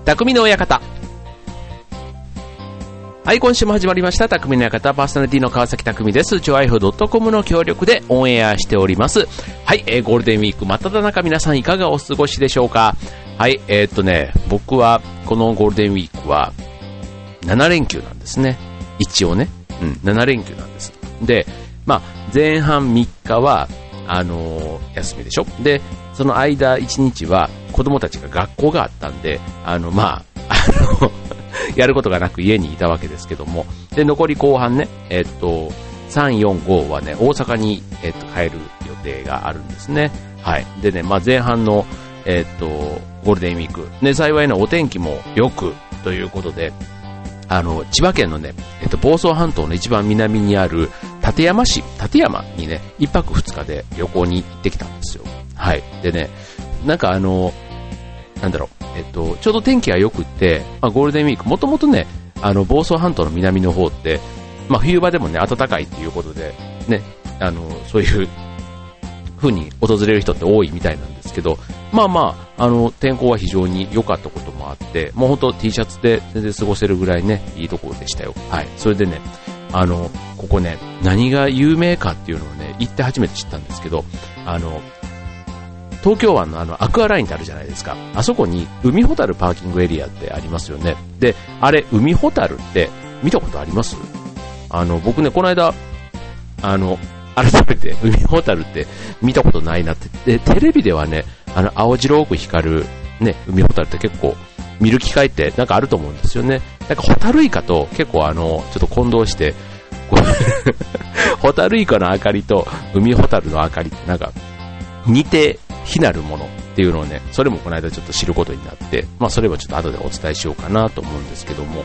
匠の館。はい、今週も始まりました匠の館、パーソナリティの川崎匠です。超愛フ .com の協力でオンエアしております。はい、ゴールデンウィーク真っ只中、皆さんいかがお過ごしでしょうか。はい、僕はこのゴールデンウィークは7連休なんですね。一応ね、7連休なんです。で、前半3日は休みでしょ。で、その間1日は子供たちが学校があったんで、やることがなく家にいたわけですけども、で、残り後半ね、3、4、5はね、大阪に、帰る予定があるんですね。はい。でね、前半の、ゴールデンウィーク、ね、幸いのお天気も良くということで、千葉県のね、房総半島の一番南にある館山にね、1泊2日で旅行に行ってきたんですよ。はい。でね、なんかちょうど天気が良くって、ゴールデンウィーク、もともとね、房総半島の南の方って、冬場でもね、暖かいっていうことで、ね、そういう風に訪れる人って多いみたいなんですけど、天候は非常に良かったこともあって、もう本当 T シャツで全然過ごせるぐらいね、いいところでしたよ。はい。それでね、ここね、何が有名かっていうのをね、行って初めて知ったんですけど、東京湾のアクアラインってあるじゃないですか。あそこに海ほたるパーキングエリアってありますよね。で、あれ、海ほたるって見たことあります？僕ね、この間、改めて海ほたるって見たことないなって。で、テレビではね、青白く光るね、海ほたるって結構見る機会ってなんかあると思うんですよね。なんかホタルイカと結構ちょっと混同して、ホタルイカの明かりと海ほたるの明かりってなんか似て非なるものっていうのをね、それもこの間ちょっと知ることになって、それはちょっと後でお伝えしようかなと思うんですけども、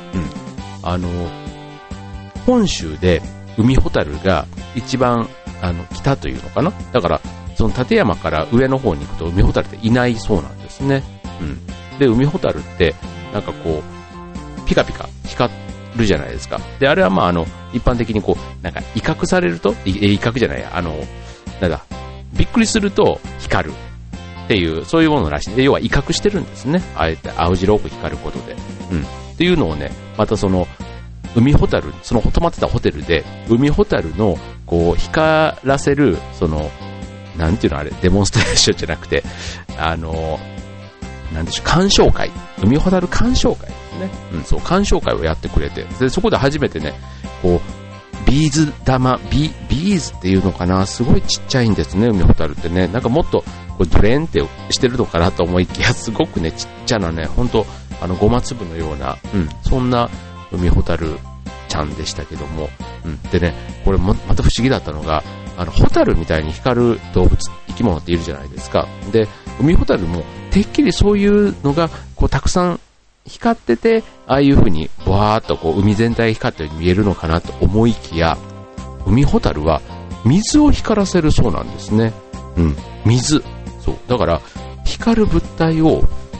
本州で海ほたるが一番北というのかな。だからその館山から上の方に行くと海ほたるっていないそうなんですね。で、海ほたるってなんかこうピカピカ光るじゃないですか。で、あれは一般的にこうなんか威嚇されると威嚇じゃないや、なんだ、びっくりすると光るっていう、そういうものらしい。で、要は威嚇してるんですね。あえて青白く光ることで。っていうのをね、またその、海ホタル、その泊まってたホテルで、海ホタルの、こう、光らせる、その、なんていうのあれ、デモンストレーションじゃなくて、なんでしょう、鑑賞会。海ホタル鑑賞会ですね。そう、鑑賞会をやってくれて、で、そこで初めてね、こう、ビーズ玉、ビーズっていうのかな、すごいちっちゃいんですね、海ホタルってね。なんかもっとこうドレーンってしてるのかなと思いきや、すごくね、ちっちゃなね、ほんとごま粒のような、そんな海ホタルちゃんでしたけども、でね、これまた不思議だったのが、ホタルみたいに光る動物、生き物っているじゃないですか。で、海ホタルもてっきりそういうのがこうたくさん光ってて、ああいう風にわーっとこう海全体光ったように見えるのかなと思いきや、海ホタルは水を光らせるそうなんですね。水。そう。だから光る物体を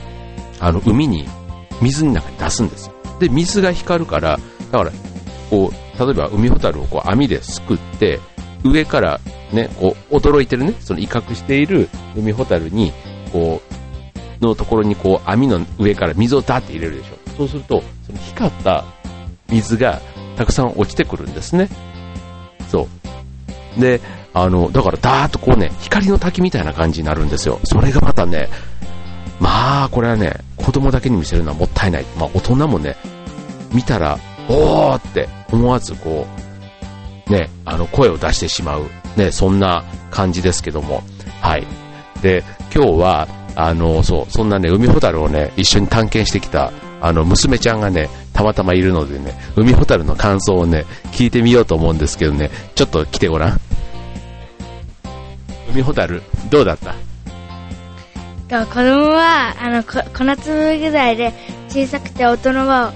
水の中に出すんですよ。で、水が光るから、だからこう例えば海ホタルをこう網ですくって上からね、こう驚いてるね、その威嚇している海ホタルにこうのところにこう網の上から水をダーって入れるでしょ。そうするとその光った水がたくさん落ちてくるんですね。そうで、だからダーッとこうね、光の滝みたいな感じになるんですよ。それがまたね、これはね、子供だけに見せるのはもったいない。大人もね、見たらおーって思わずこうね、声を出してしまうね、そんな感じですけども、はい。で、今日はそんなね、海ホタルをね、一緒に探検してきた、娘ちゃんがね、たまたまいるのでね、海ホタルの感想をね、聞いてみようと思うんですけどね、ちょっと来てごらん。海ホタル、どうだった？ 子供は、粉粒ぐらいで小さくて、大人は、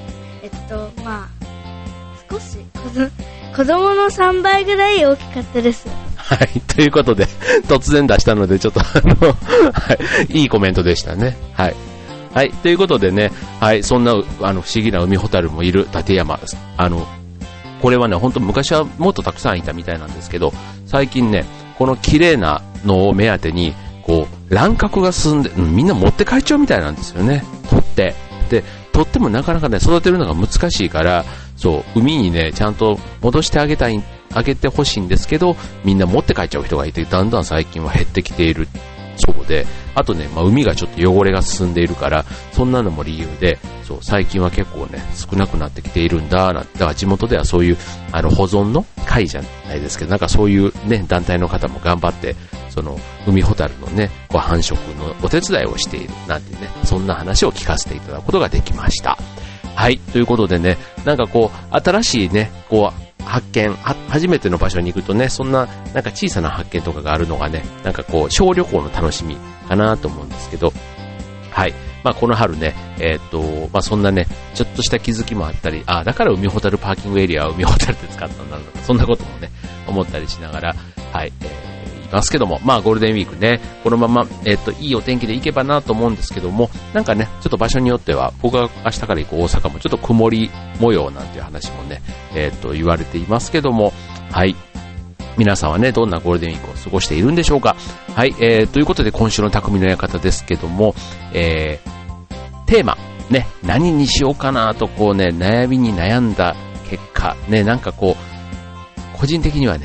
少し、子供の3倍ぐらい大きかったです。 はい。ということで、突然出したので、ちょっとはい。いいコメントでしたね。はい。はい。ということでね、はい。そんな、不思議な海ホタルもいる館山です。これはね、ほんと昔はもっとたくさんいたみたいなんですけど、最近ね、この綺麗なのを目当てに、こう、乱獲が進んで、みんな持って帰っちゃうみたいなんですよね。取って。 で、とってもなかなかね、育てるのが難しいから、そう、海にね、ちゃんと戻してあげてほしいんですけど、みんな持って帰っちゃう人がいて、だんだん最近は減ってきているそうで、あとね、海がちょっと汚れが進んでいるから、そんなのも理由で、そう、最近は結構ね、少なくなってきているんだ、だから地元ではそういう、保存の会じゃないですけど、なんかそういうね、団体の方も頑張って、その、海ホタルのね、繁殖のお手伝いをしている、なんてね、そんな話を聞かせていただくことができました。はい、ということでね、なんか新しいね、発見、初めての場所に行くとね、そんな、なんか小さな発見とかがあるのがね、なんか小旅行の楽しみかなと思うんですけど、はい。この春ね、そんなね、ちょっとした気づきもあったり、だから海ホタルパーキングエリアは海ホタルで使ったんだろうとか、そんなこともね、思ったりしながら、はい、いますけども、ゴールデンウィークね、このまま、いいお天気で行けばなと思うんですけども、なんかね、ちょっと場所によっては、僕が明日から行く大阪もちょっと曇り模様なんていう話もね、言われていますけども、はい。皆さんはね、どんなゴールデンウィークを過ごしているんでしょうか。はい、ということで今週の匠の館ですけども、テーマ、ね、何にしようかなと悩みに悩んだ結果、ね、なんか個人的にはね、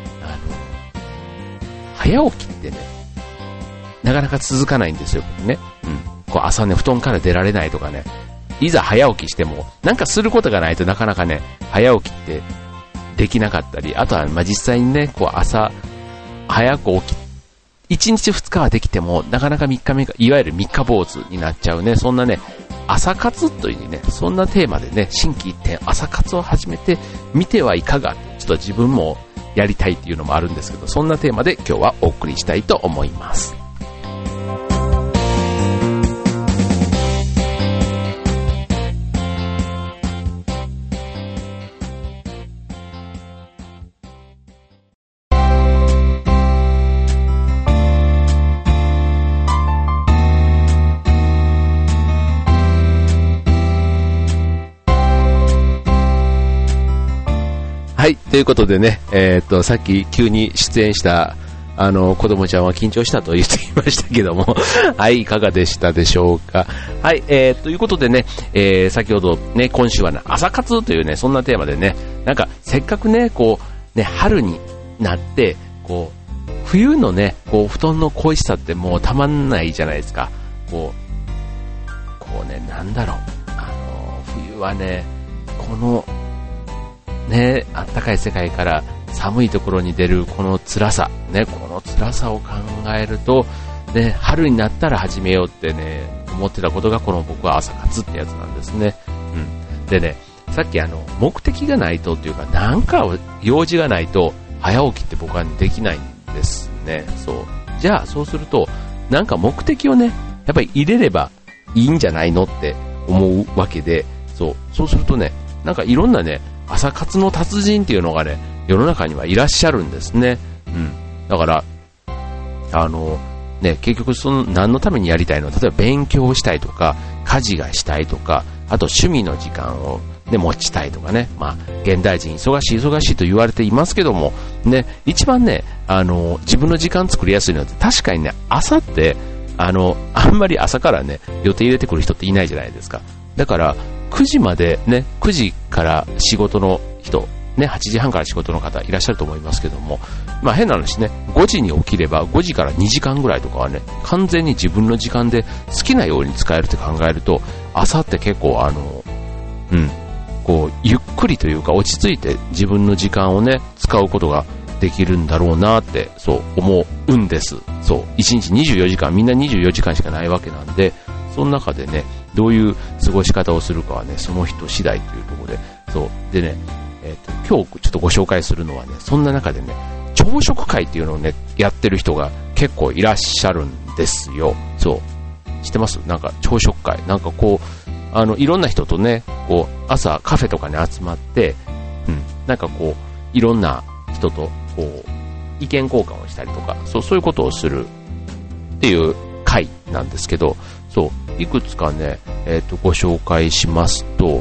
早起きってね、なかなか続かないんですよ、ね。朝ね、布団から出られないとかね、いざ早起きしても、なんかすることがないとなかなかね、早起きってできなかったり、あとは実際にね、朝、早く起き、1日2日はできても、なかなか3日目が、いわゆる3日坊主になっちゃうね、そんなね、朝活というね、そんなテーマでね、心機一転、朝活を始めてみてはいかが、ちょっと自分もやりたいっていうのもあるんですけど、そんなテーマで今日はお送りしたいと思います。はい。ということでね、さっき急に出演した、子供ちゃんは緊張したと言っていましたけども、はい、いかがでしたでしょうか。はい、ということでね、先ほどね、今週はね、朝活というね、そんなテーマでね、なんか、せっかくね、春になって、冬のね、布団の恋しさってもうたまんないじゃないですか。なんだろう。冬はね、ね、あったかい世界から寒いところに出るこの辛さ、ね、この辛さを考えると、ね、春になったら始めようってね、思ってたことがこの僕は朝活ってやつなんですね。でね、さっき目的がないとというか、なんか用事がないと早起きって僕はできないんですね。そう。じゃあそうすると、なんか目的をね、やっぱり入れればいいんじゃないのって思うわけで、そうするとね、なんかいろんなね、朝活の達人っていうのがね、世の中にはいらっしゃるんですね。だから、ね、結局何のためにやりたいの？例えば勉強したいとか、家事がしたいとか、あと趣味の時間をね、持ちたいとかね。現代人忙しいと言われていますけども、ね、一番ね、自分の時間作りやすいのって確かにね、朝って、あんまり朝からね、予定入れてくる人っていないじゃないですか。だから、9時までね、9時から仕事の人、ね、8時半から仕事の方いらっしゃると思いますけども、変な話ね、5時に起きれば5時から2時間ぐらいとかはね、完全に自分の時間で好きなように使えるって考えると、朝って結構ゆっくりというか落ち着いて自分の時間をね、使うことができるんだろうなって、そう思うんです。そう。1日24時間、みんな24時間しかないわけなんで、その中でね、どういう過ごし方をするかはね、その人次第というところで、そう。でね、今日ちょっとご紹介するのはね、そんな中でね、朝食会っていうのをね、やってる人が結構いらっしゃるんですよ。そう。知ってます？なんか朝食会。なんかいろんな人とね、朝カフェとかに集まって、なんかいろんな人と、意見交換をしたりとか、そういうことをするっていう会なんですけど、そう、いくつかね、ご紹介しますと、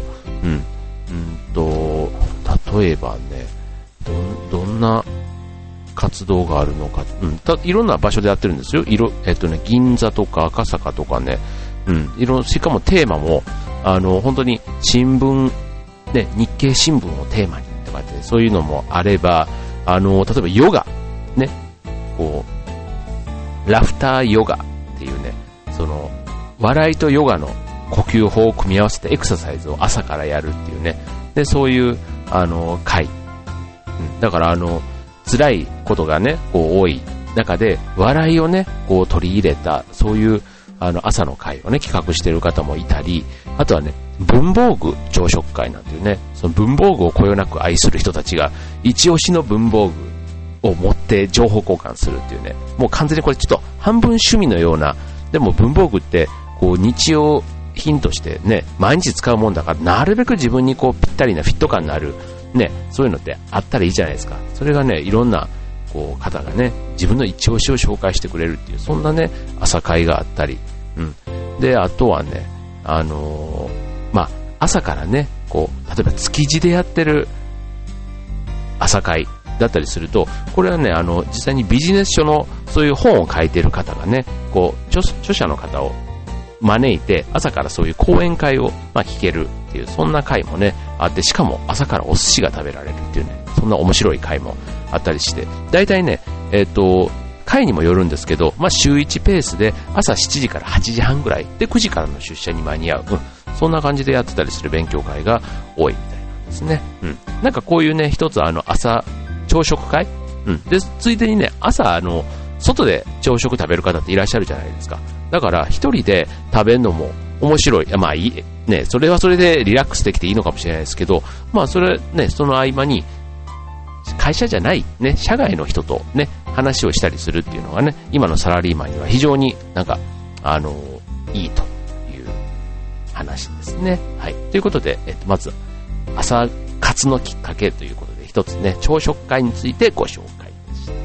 例えばね、どんな活動があるのか、いろんな場所でやってるんですよ。銀座とか赤坂とかね、しかもテーマも、 本当に新聞、ね、日経新聞をテーマにとかって、そういうのもあれば、例えばヨガ、ね、こう、ラフターヨガっていうね、笑いとヨガの呼吸法を組み合わせてエクササイズを朝からやるっていうね、で、そういう、会。だから、辛いことがね、こう多い中で、笑いをね、こう取り入れた、そういう、朝の会をね、企画している方もいたり、あとはね、文房具朝食会なんていうね、その文房具をこよなく愛する人たちが、一押しの文房具を持って情報交換するっていうね、もう完全にこれちょっと半分趣味のような、でも文房具って、こう日用品としてね、毎日使うもんだから、なるべく自分にこうぴったりなフィット感のある、ね、そういうのってあったらいいじゃないですか。それがね、いろんな、こう方がね、自分の一押しを紹介してくれるっていう、そんなね、朝会があったり、で、あとはね、朝からね、こう、例えば築地でやってる朝会だったりすると、これはね、実際にビジネス書のそういう本を書いてる方がね、こう、著者の方を招いて、朝からそういう講演会を、聞けるっていう、そんな会もね、あって、しかも朝からお寿司が食べられるっていうね、そんな面白い会もあったりして、大体ね、会にもよるんですけど、週1ペースで朝7時から8時半ぐらいで9時からの出社に間に合う、そんな感じでやってたりする勉強会が多いみたいなんですね。なんかこういうね、一つ朝朝食会、でついでにね、朝外で朝食食べる方っていらっしゃるじゃないですか。だから一人で食べるのも面白い。いいね、それはそれでリラックスできていいのかもしれないですけど、それね、その合間に会社じゃないね、社外の人とね、話をしたりするっていうのがね、今のサラリーマンには非常になんかいいという話ですね。はい。ということで、まず朝活のきっかけということで、一つね、朝食会についてご紹介でした。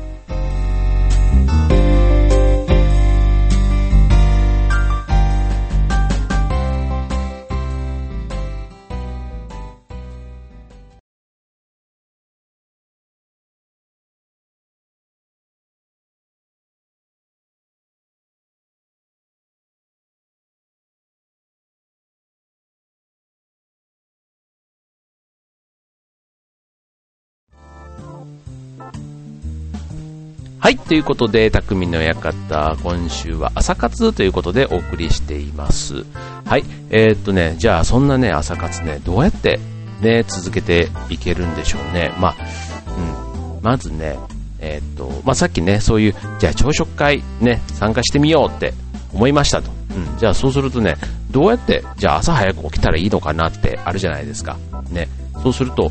はい、ということで、匠の館、今週は朝活ということでお送りしています。はい、じゃあそんなね、朝活ね、どうやってね、続けていけるんでしょうね。まずね、さっきね、そういう、じゃあ朝食会ね、参加してみようって思いましたと。じゃあそうするとね、どうやって、じゃあ朝早く起きたらいいのかなってあるじゃないですか。ね、そうすると、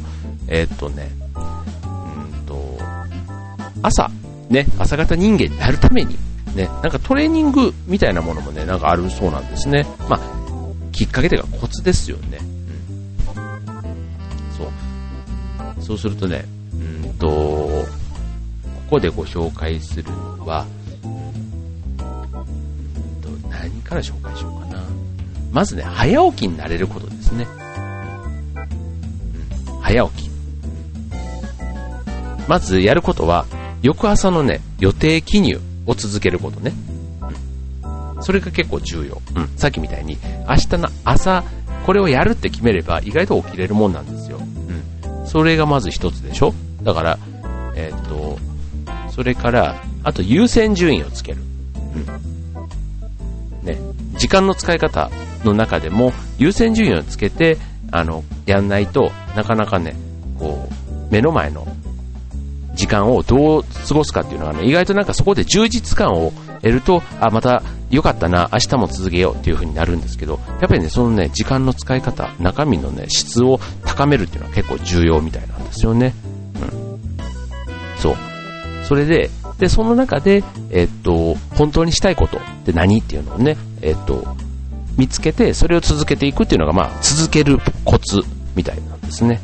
朝方人間になるために、ね、なんかトレーニングみたいなものもね、なんかあるそうなんですね。きっかけというかコツですよね。そうするとね、ここでご紹介するのは、何から紹介しようかな。まずね、早起きになれることですね。早起き。まずやることは、翌朝のね、予定記入を続けることね。それが結構重要。さっきみたいに、明日の朝、これをやるって決めれば、意外と起きれるもんなんですよ。それがまず一つでしょ。だから、それから、あと優先順位をつける。ね、時間の使い方の中でも、優先順位をつけて、やんないとなかなかね、こう、目の前の時間をどう過ごすかっていうのはね、意外となんかそこで充実感を得ると、また良かったな、明日も続けようっていう風になるんですけど、やっぱりね、そのね、時間の使い方、中身のね、質を高めるっていうのは結構重要みたいなんですよね。それで、その中で、本当にしたいことって何っていうのをね、見つけて、それを続けていくっていうのが、続けるコツみたいなんですね。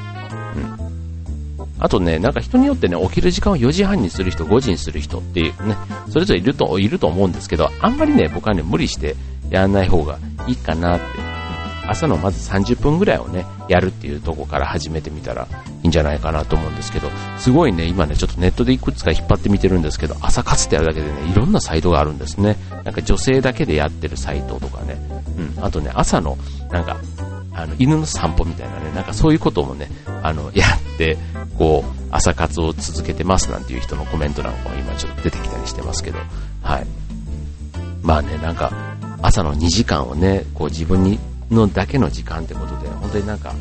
あとね、なんか人によってね、起きる時間を4時半にする人、5時にする人っていうね、それぞれいると思うんですけど、あんまりね、僕はね、無理してやらない方がいいかなって。 朝のまず30分ぐらいをね、やるっていうとこから始めてみたらいいんじゃないかなと思うんですけど、すごいね、今ね、ちょっとネットでいくつか引っ張ってみてるんですけど、朝活ってやるだけでね、いろんなサイトがあるんですね。なんか女性だけでやってるサイトとかね、あとね、朝の、なんか、犬の散歩みたいなね、なんかそういうこともね、やって、こう、朝活を続けてますなんていう人のコメントなんかも今ちょっと出てきたりしてますけど、はい。まあね、なんか、朝の2時間をね、こう自分のだけの時間ってことで、本当になんか、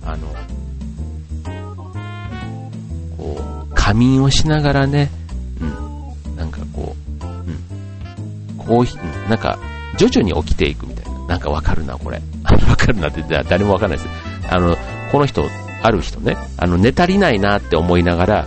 こう、仮眠をしながらね、なんかこう、コーヒー、なんか、徐々に起きていくみたいな。なんかわかるな、これ。わかるなって誰もわかんないです。この人、ある人ね、寝足りないなって思いながら、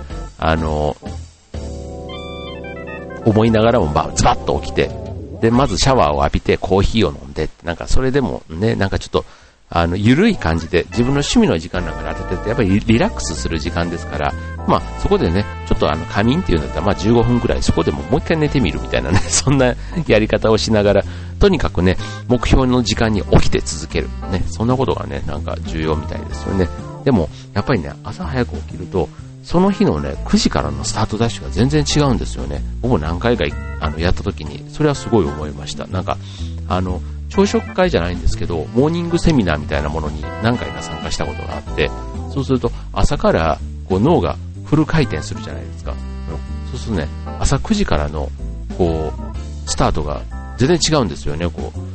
思いながらも、ズバッと起きて、で、まずシャワーを浴びてコーヒーを飲んで、なんかそれでもね、なんかちょっと、ゆるい感じで自分の趣味の時間なんかに当ててて、やっぱりリラックスする時間ですから、まあそこでね、ちょっと仮眠っていうんだったら、まあ15分くらいそこでもう一回寝てみるみたいなね、そんなやり方をしながら、とにかくね、目標の時間に起きて続ける。ね、そんなことがね、なんか重要みたいですよね。でも、やっぱりね、朝早く起きると、その日のね、9時からのスタートダッシュが全然違うんですよね。僕も何回かやった時に、それはすごい思いました。なんか、朝食会じゃないんですけど、モーニングセミナーみたいなものに何回か参加したことがあって、そうすると朝からこう脳がフル回転するじゃないですか。そうするとね、朝9時からのこうスタートが全然違うんですよね。こう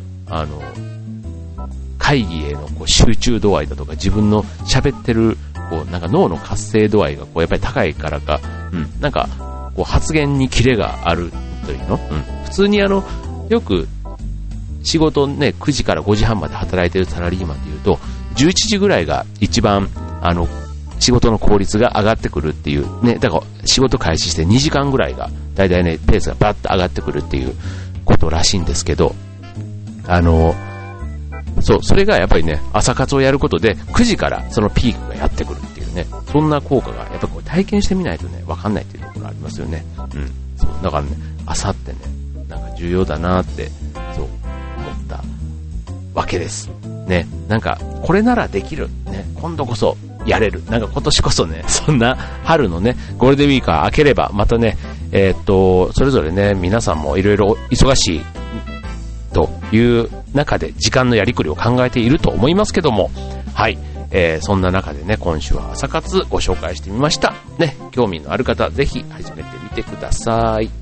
会議へのこう集中度合いだとか、自分の喋ってるこうなんか脳の活性度合いがこうやっぱり高いからか、なんかこう発言にキレがあるというの、普通によく仕事ね、9時から5時半まで働いてるサラリーマンでいうと、11時ぐらいが一番、仕事の効率が上がってくるっていう、ね、だから仕事開始して2時間ぐらいが、だいたいね、ペースがバッと上がってくるっていうことらしいんですけど、そう、それがやっぱりね、朝活をやることで、9時からそのピークがやってくるっていうね、そんな効果が、やっぱこう体験してみないとね、わかんないっていうところありますよね。そう、だからね、朝ってね、なんか重要だなって、そう、わけですね。なんかこれならできるね、今度こそやれる、なんか今年こそね、そんな春のねゴールデンウィークが明ければまたね、それぞれね皆さんもいろいろ忙しいという中で時間のやりくりを考えていると思いますけども、はい、そんな中でね今週は朝活ご紹介してみましたね。興味のある方ぜひ始めてみてください。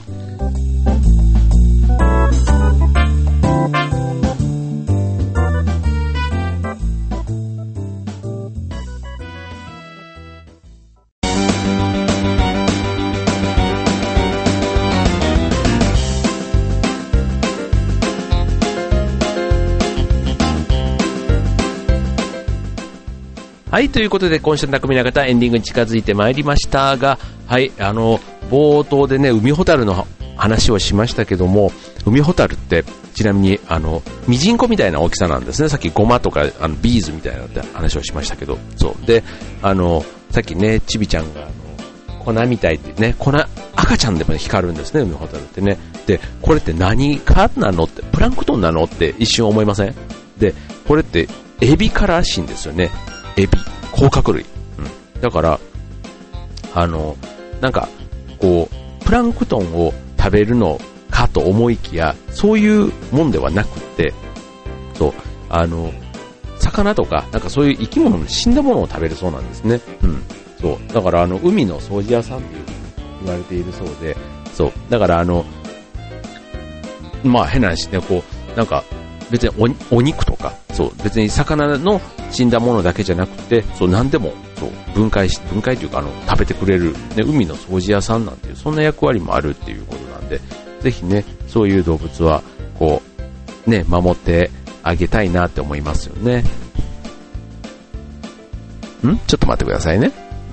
はい、ということで今週の匠の方エンディングに近づいてまいりましたが、はい、冒頭でね海ホタルの話をしましたけども、海ホタルってちなみにミジンコみたいな大きさなんですね。さっきゴマとかビーズみたいな話をしましたけど、そうでさっきねちびちゃんが粉みたいってね、赤ちゃんでも、ね、光るんですね、海ホタルってね。でこれって何かなのって、プランクトンなのって一瞬思いません？でこれってエビかららしいんですよね。エビ、甲殻類、だからなんかこうプランクトンを食べるのかと思いきや、そういうもんではなくて、そう魚とかなんかそういう生き物の死んだものを食べるそうなんですね。そうだから海の掃除屋さんっていう風に言われているそうで、そうだからまあ変な話ね、こうなんか別に お肉とか、そう別に魚の死んだものだけじゃなくて、そう何でもそう分解というか食べてくれる、ね、海の掃除屋さんなんていうそんな役割もあるっていうことなんで、ぜひねそういう動物はこうね守ってあげたいなって思いますよね。ちょっと待ってくださいね。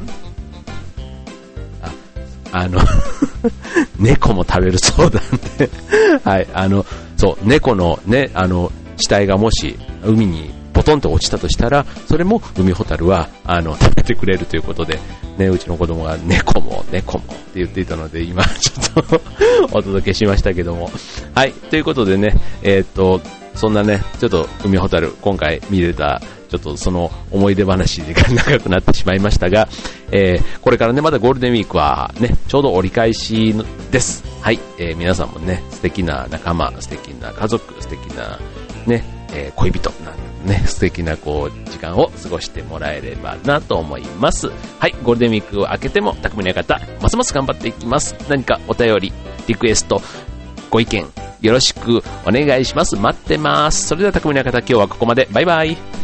猫も食べるそうなんではい、そう猫のね死体がもし海にポトンと落ちたとしたら、それも海ホタルは食べてくれるということで、ね、うちの子供が猫もって言っていたので、今ちょっとお届けしましたけども、はい、ということでね、 そんなね、ちょっと海ほたる、今回見れた、ちょっとその思い出話が長くなってしまいましたが、これからね、まだゴールデンウィークはね、ちょうど折り返しです。はい、皆さんもね、素敵な仲間、素敵な家族、素敵なね、恋人なんね、素敵なこう時間を過ごしてもらえればなと思います。はい、ゴールデンウィークを明けても匠の館ますます頑張っていきます。何かお便り、リクエスト、ご意見よろしくお願いします。待ってます。それでは匠の館、今日はここまで。バイバイ。